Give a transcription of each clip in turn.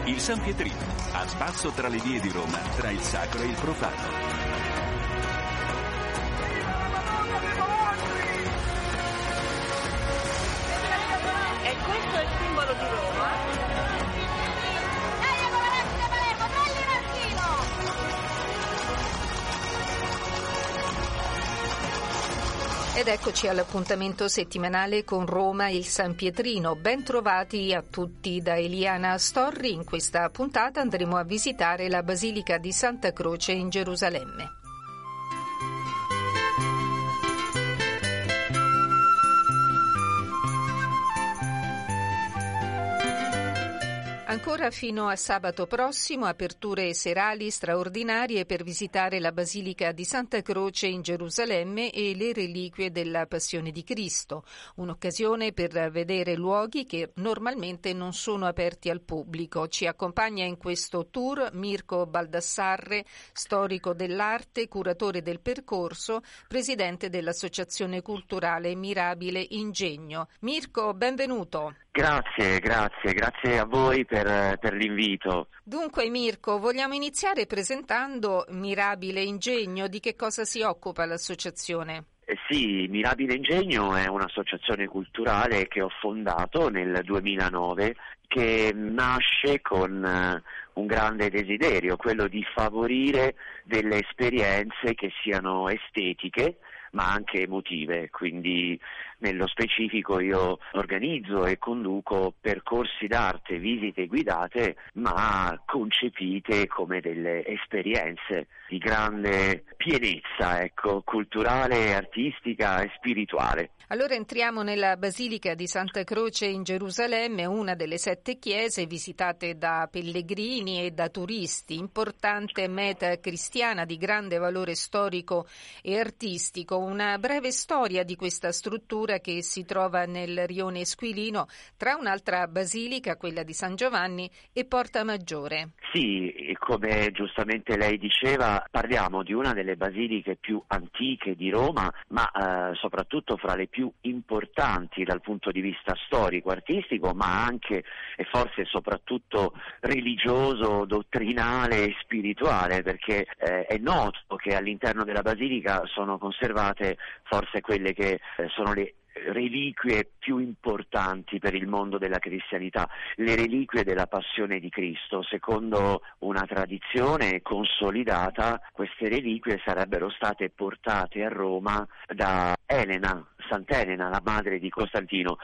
Il San Pietrino, a spasso tra le vie di Roma, tra il sacro e il profano. E questo è il simbolo di Roma. Dai, Palermo, prendi Martino! Ed eccoci all'appuntamento settimanale con Roma il San Pietrino. Ben trovati a tutti da Eliana Storri. In questa puntata andremo a visitare la Basilica di Santa Croce in Gerusalemme. Ancora fino a sabato prossimo aperture serali straordinarie per visitare la Basilica di Santa Croce in Gerusalemme e le reliquie della Passione di Cristo, un'occasione per vedere luoghi che normalmente non sono aperti al pubblico. Ci accompagna in questo tour Mirko Baldassarre, storico dell'arte, curatore del percorso, presidente dell'Associazione Culturale Mirabile Ingegno. Mirko, benvenuto. Grazie a voi per l'invito. Dunque Mirko, vogliamo iniziare presentando Mirabile Ingegno. Di che cosa si occupa l'associazione? Sì, Mirabile Ingegno è un'associazione culturale che ho fondato nel 2009 che nasce con un grande desiderio, quello di favorire delle esperienze che siano estetiche ma anche emotive, quindi nello specifico io organizzo e conduco percorsi d'arte, visite guidate, ma concepite come delle esperienze di grande pienezza, culturale, artistica e spirituale. Allora entriamo nella Basilica di Santa Croce in Gerusalemme, una delle 7 chiese visitate da pellegrini e da turisti, importante meta cristiana di grande valore storico e artistico. Una breve storia di questa struttura che si trova nel rione Esquilino tra un'altra basilica, quella di San Giovanni, e Porta Maggiore. Sì, come giustamente lei diceva, parliamo di una delle basiliche più antiche di Roma, ma soprattutto fra le più importanti dal punto di vista storico, artistico, ma anche e forse soprattutto religioso, dottrinale e spirituale, perché è noto che all'interno della basilica sono conservate forse quelle che sono le reliquie più importanti per il mondo della cristianità, le reliquie della Passione di Cristo. Secondo una tradizione consolidata, queste reliquie sarebbero state portate a Roma da Elena, Sant'Elena, la madre di Costantino,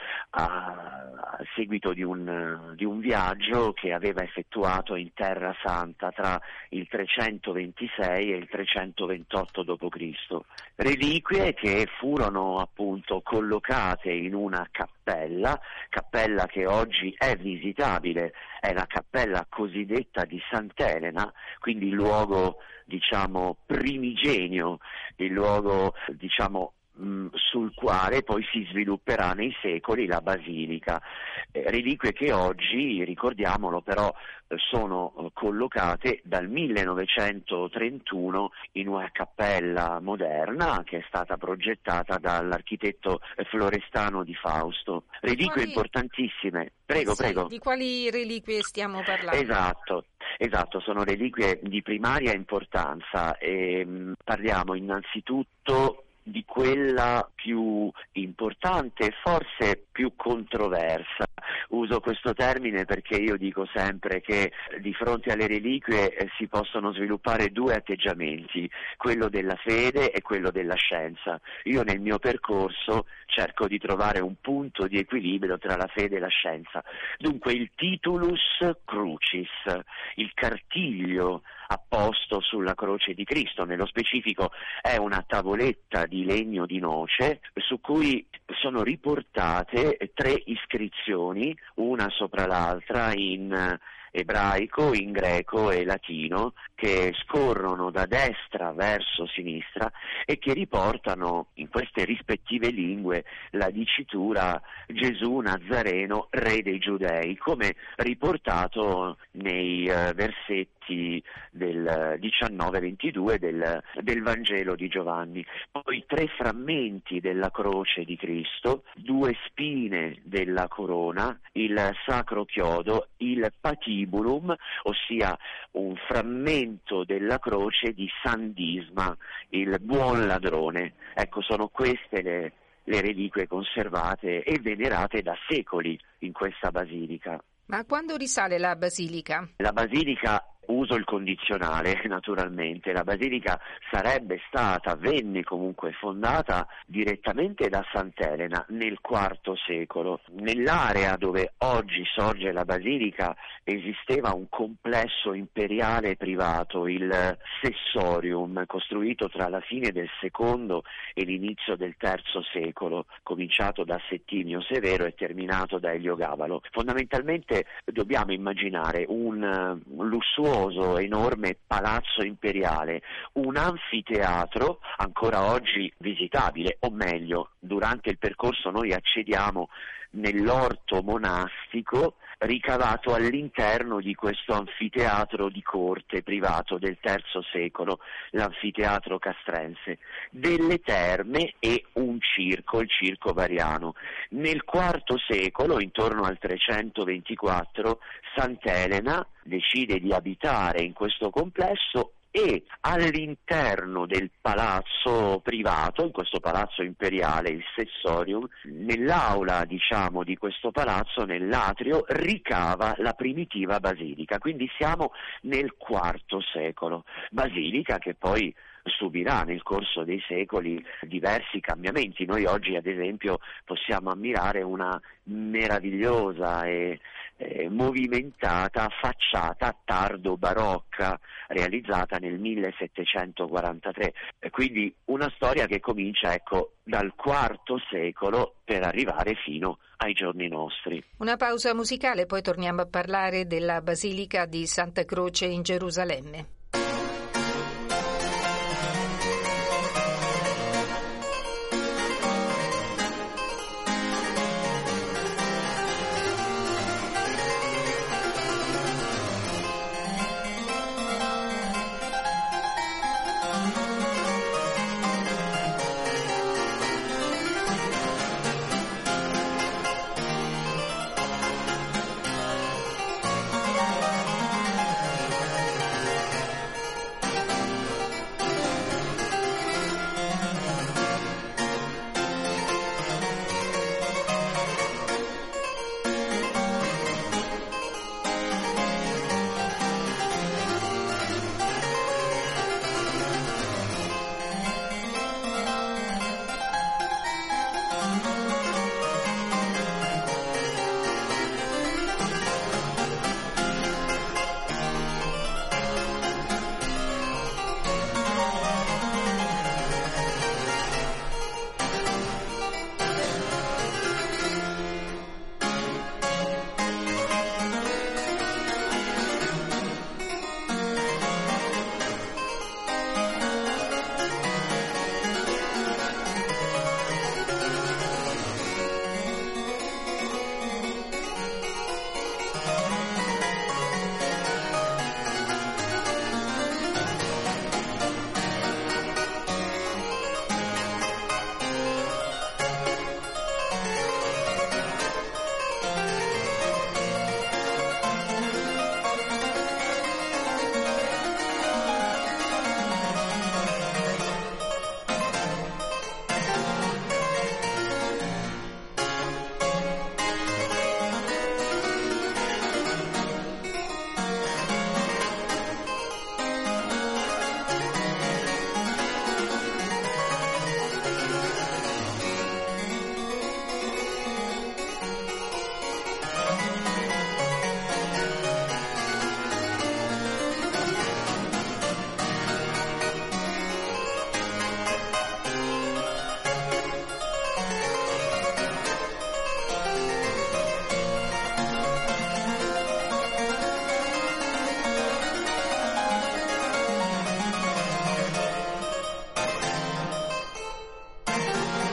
a seguito di un viaggio che aveva effettuato in Terra Santa tra il 326 e il 328 d.C. Reliquie che furono appunto collocate in una cappella che oggi è visitabile, è la cappella cosiddetta di Sant'Elena, quindi il luogo primigenio, il luogo sul quale poi si svilupperà nei secoli la basilica. Reliquie che oggi, ricordiamolo però, sono collocate dal 1931 in una cappella moderna che è stata progettata dall'architetto Florestano Di Fausto. Reliquie importantissime. Prego. Di quali reliquie stiamo parlando? Esatto, sono reliquie di primaria importanza e parliamo innanzitutto di quella più importante e forse più controversa. Uso questo termine perché io dico sempre che di fronte alle reliquie si possono sviluppare 2 atteggiamenti, quello della fede e quello della scienza. Io nel mio percorso cerco di trovare un punto di equilibrio tra la fede e la scienza. Dunque il titulus crucis, il cartiglio apposto sulla croce di Cristo, nello specifico è una tavoletta di legno di noce su cui sono riportate 3 iscrizioni, una sopra l'altra in ebraico, in greco e latino, che scorrono da destra verso sinistra e che riportano in queste rispettive lingue la dicitura Gesù Nazareno, re dei Giudei, come riportato nei versetti Atti del 19-22 del Vangelo di Giovanni. Poi 3 frammenti della croce di Cristo, 2 spine della corona, il sacro chiodo, il patibulum, ossia un frammento della croce di San Disma, il buon ladrone. Ecco, sono queste le reliquie conservate e venerate da secoli in questa basilica. Ma a quando risale la basilica? La basilica, uso il condizionale naturalmente, la basilica venne comunque fondata direttamente da Sant'Elena nel IV secolo. Nell'area dove oggi sorge la basilica esisteva un complesso imperiale privato, il Sessorium, costruito tra la fine del II e l'inizio del III secolo, cominciato da Settimio Severo e terminato da Eliogabalo. Fondamentalmente dobbiamo immaginare un lussuoso, enorme palazzo imperiale, un anfiteatro ancora oggi visitabile, o meglio, durante il percorso noi accediamo nell'orto monastico ricavato all'interno di questo anfiteatro di corte privato del III secolo, l'anfiteatro castrense, delle terme e un circo, il circo Variano. Nel IV secolo, intorno al 324, Sant'Elena decide di abitare in questo complesso e all'interno del palazzo privato, in questo palazzo imperiale, il Sessorium, nell'aula di questo palazzo, nell'atrio, ricava la primitiva basilica. Quindi siamo nel IV secolo, basilica che poi subirà nel corso dei secoli diversi cambiamenti. Noi oggi ad esempio possiamo ammirare una meravigliosa e movimentata facciata tardo barocca realizzata nel 1743, quindi una storia che comincia dal IV secolo per arrivare fino ai giorni nostri. Una pausa musicale, poi torniamo a parlare della Basilica di Santa Croce in Gerusalemme.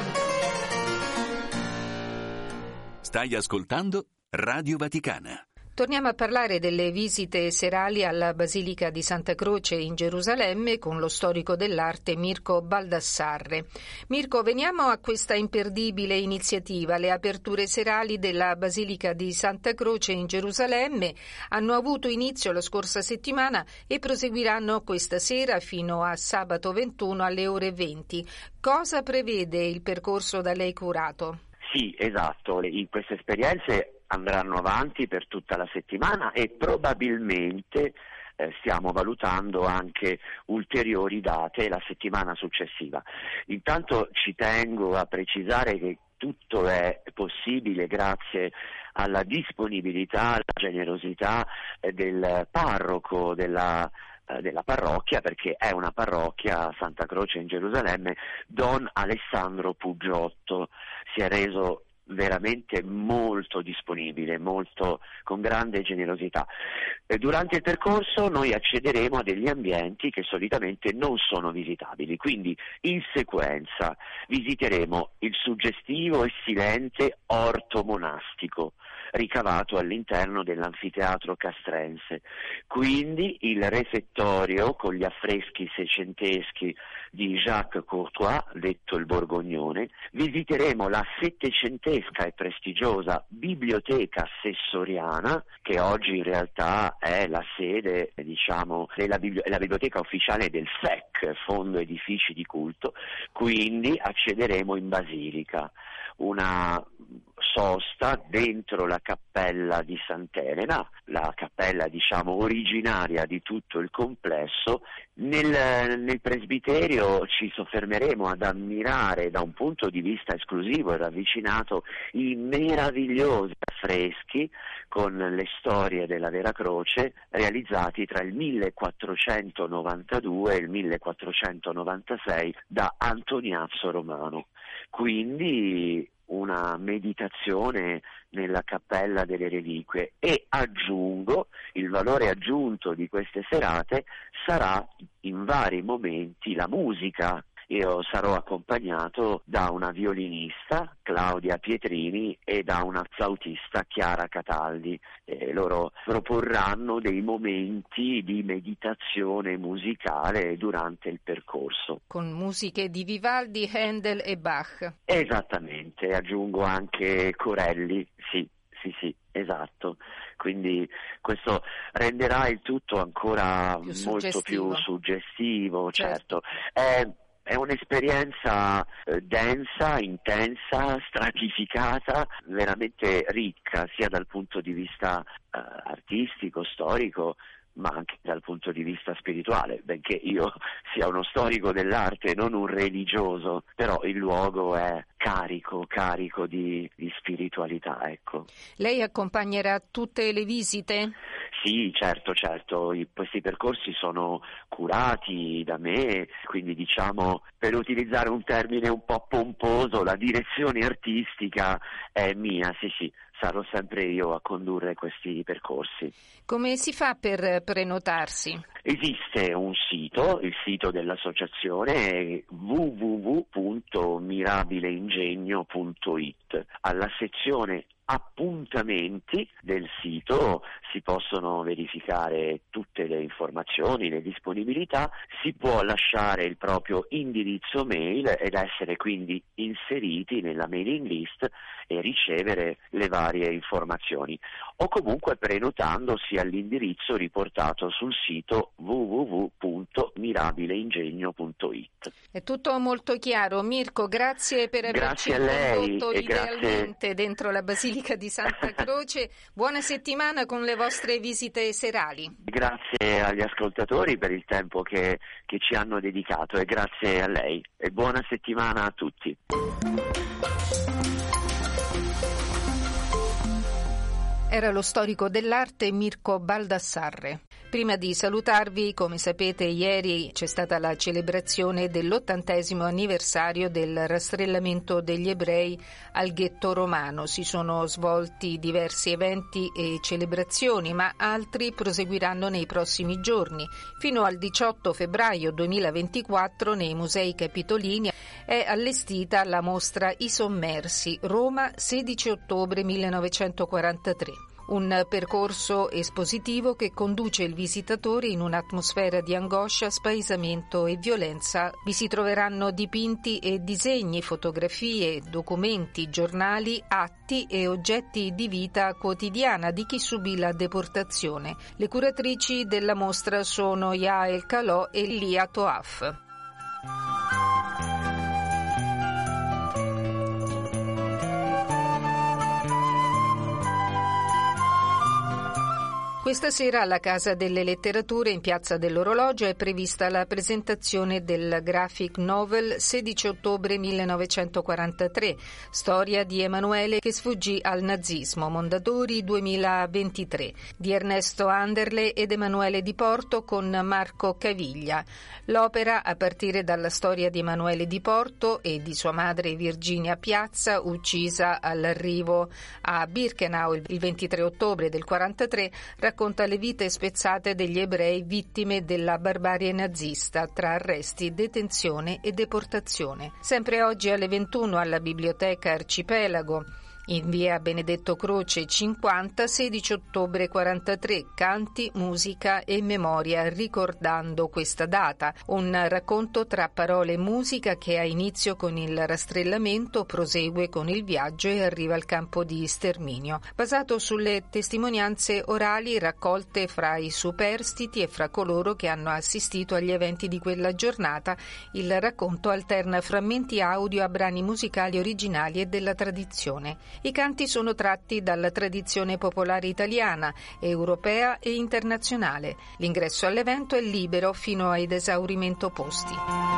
Stai ascoltando Radio Vaticana. Torniamo a parlare delle visite serali alla Basilica di Santa Croce in Gerusalemme con lo storico dell'arte Mirko Baldassarre. Mirko, veniamo a questa imperdibile iniziativa. Le aperture serali della Basilica di Santa Croce in Gerusalemme hanno avuto inizio la scorsa settimana e proseguiranno questa sera fino a sabato 21 alle ore 20. Cosa prevede il percorso da lei curato? Sì, esatto. Queste esperienze andranno avanti per tutta la settimana e probabilmente stiamo valutando anche ulteriori date la settimana successiva. Intanto ci tengo a precisare che tutto è possibile grazie alla disponibilità, alla generosità del parroco della parrocchia, perché è una parrocchia, Santa Croce in Gerusalemme. Don Alessandro Pugiotto si è reso veramente molto disponibile, molto con grande generosità. Durante il percorso noi accederemo a degli ambienti che solitamente non sono visitabili, quindi in sequenza visiteremo il suggestivo e silente orto monastico ricavato all'interno dell'anfiteatro castrense, quindi il refettorio con gli affreschi seicenteschi di Jacques Courtois, detto il Borgognone. Visiteremo la settecentesca e prestigiosa biblioteca sessoriana, che oggi in realtà è la sede, la biblioteca ufficiale del FEC, Fondo Edifici di Culto. Quindi accederemo in basilica, una sosta dentro la cappella di Sant'Elena, la cappella originaria di tutto il complesso. Nel presbiterio ci soffermeremo ad ammirare da un punto di vista esclusivo e ravvicinato i meravigliosi affreschi con le storie della Vera Croce realizzati tra il 1492 e il 1496 da Antoniazzo Romano. Quindi una meditazione nella cappella delle reliquie, e aggiungo, il valore aggiunto di queste serate sarà in vari momenti la musica. Io sarò accompagnato da una violinista, Claudia Pietrini, e da una flautista, Chiara Cataldi. Loro proporranno dei momenti di meditazione musicale durante il percorso. Con musiche di Vivaldi, Handel e Bach. Esattamente, aggiungo anche Corelli, sì, esatto. Quindi questo renderà il tutto ancora molto più suggestivo, certo. È un'esperienza densa, intensa, stratificata, veramente ricca, sia dal punto di vista artistico, storico, ma anche dal punto di vista spirituale, benché io sia uno storico dell'arte e non un religioso, però il luogo è carico di spiritualità, ecco. Lei accompagnerà tutte le visite? Sì, certo, questi percorsi sono curati da me, quindi per utilizzare un termine un po' pomposo, la direzione artistica è mia, sì, sarò sempre io a condurre questi percorsi. Come si fa per prenotarsi? Esiste un sito, il sito dell'associazione, www.mirabileingegno.it. Alla sezione appuntamenti del sito si possono verificare tutte le informazioni, le disponibilità, si può lasciare il proprio indirizzo mail ed essere quindi inseriti nella mailing list e ricevere le varie informazioni, o comunque prenotandosi all'indirizzo riportato sul sito www.mirabileingegno.it. È tutto molto chiaro. Mirko, grazie per averci condotto idealmente dentro la Basilica di Santa Croce. Buona settimana con le vostre visite serali. Grazie agli ascoltatori per il tempo che ci hanno dedicato, e grazie a lei, e buona settimana a tutti. Era lo storico dell'arte Mirko Baldassarre. Prima di salutarvi, come sapete, ieri c'è stata la celebrazione dell'80° anniversario del rastrellamento degli ebrei al ghetto romano. Si sono svolti diversi eventi e celebrazioni, ma altri proseguiranno nei prossimi giorni. Fino al 18 febbraio 2024 nei Musei Capitolini è allestita la mostra I Sommersi, Roma, 16 ottobre 1943. un percorso espositivo che conduce il visitatore in un'atmosfera di angoscia, spaesamento e violenza. Vi si troveranno dipinti e disegni, fotografie, documenti, giornali, atti e oggetti di vita quotidiana di chi subì la deportazione. Le curatrici della mostra sono Yael Kalò e Lia Toaf. Questa sera alla Casa delle Letterature in Piazza dell'Orologio è prevista la presentazione del graphic novel 16 ottobre 1943, storia di Emanuele che sfuggì al nazismo, Mondadori 2023, di Ernesto Anderle ed Emanuele Di Porto con Marco Caviglia. L'opera, a partire dalla storia di Emanuele Di Porto e di sua madre Virginia Piazza, uccisa all'arrivo a Birkenau il 23 ottobre del 1943, racconta le vite spezzate degli ebrei vittime della barbarie nazista tra arresti, detenzione e deportazione. Sempre oggi alle 21 alla Biblioteca Arcipelago, in via Benedetto Croce 50, 16 ottobre 43, canti, musica e memoria ricordando questa data. Un racconto tra parole e musica che ha inizio con il rastrellamento, prosegue con il viaggio e arriva al campo di sterminio. Basato sulle testimonianze orali raccolte fra i superstiti e fra coloro che hanno assistito agli eventi di quella giornata, il racconto alterna frammenti audio a brani musicali originali e della tradizione. I canti sono tratti dalla tradizione popolare italiana, europea e internazionale. L'ingresso all'evento è libero fino ad esaurimento posti.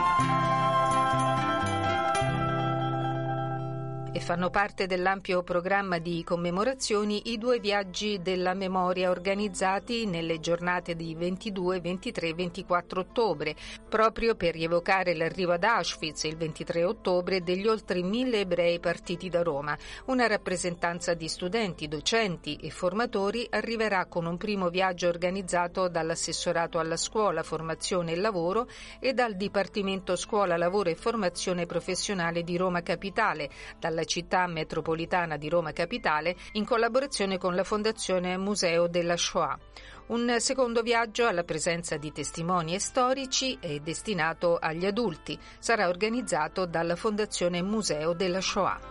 E fanno parte dell'ampio programma di commemorazioni i 2 viaggi della memoria organizzati nelle giornate di 22, 23 e 24 ottobre, proprio per rievocare l'arrivo ad Auschwitz il 23 ottobre degli oltre 1000 ebrei partiti da Roma. Una rappresentanza di studenti, docenti e formatori arriverà con un primo viaggio organizzato dall'assessorato alla scuola, formazione e lavoro e dal Dipartimento Scuola, Lavoro e Formazione Professionale di Roma Capitale, dalla città metropolitana di Roma Capitale in collaborazione con la Fondazione Museo della Shoah. Un secondo viaggio alla presenza di testimoni e storici è destinato agli adulti. Sarà organizzato dalla Fondazione Museo della Shoah.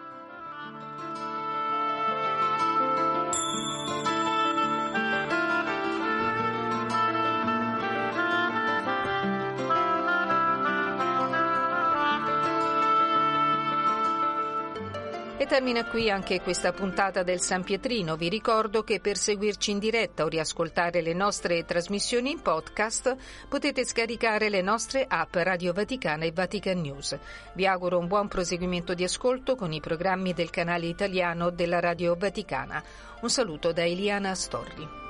E termina qui anche questa puntata del San Pietrino. Vi ricordo che per seguirci in diretta o riascoltare le nostre trasmissioni in podcast potete scaricare le nostre app Radio Vaticana e Vatican News. Vi auguro un buon proseguimento di ascolto con i programmi del canale italiano della Radio Vaticana. Un saluto da Eliana Storri.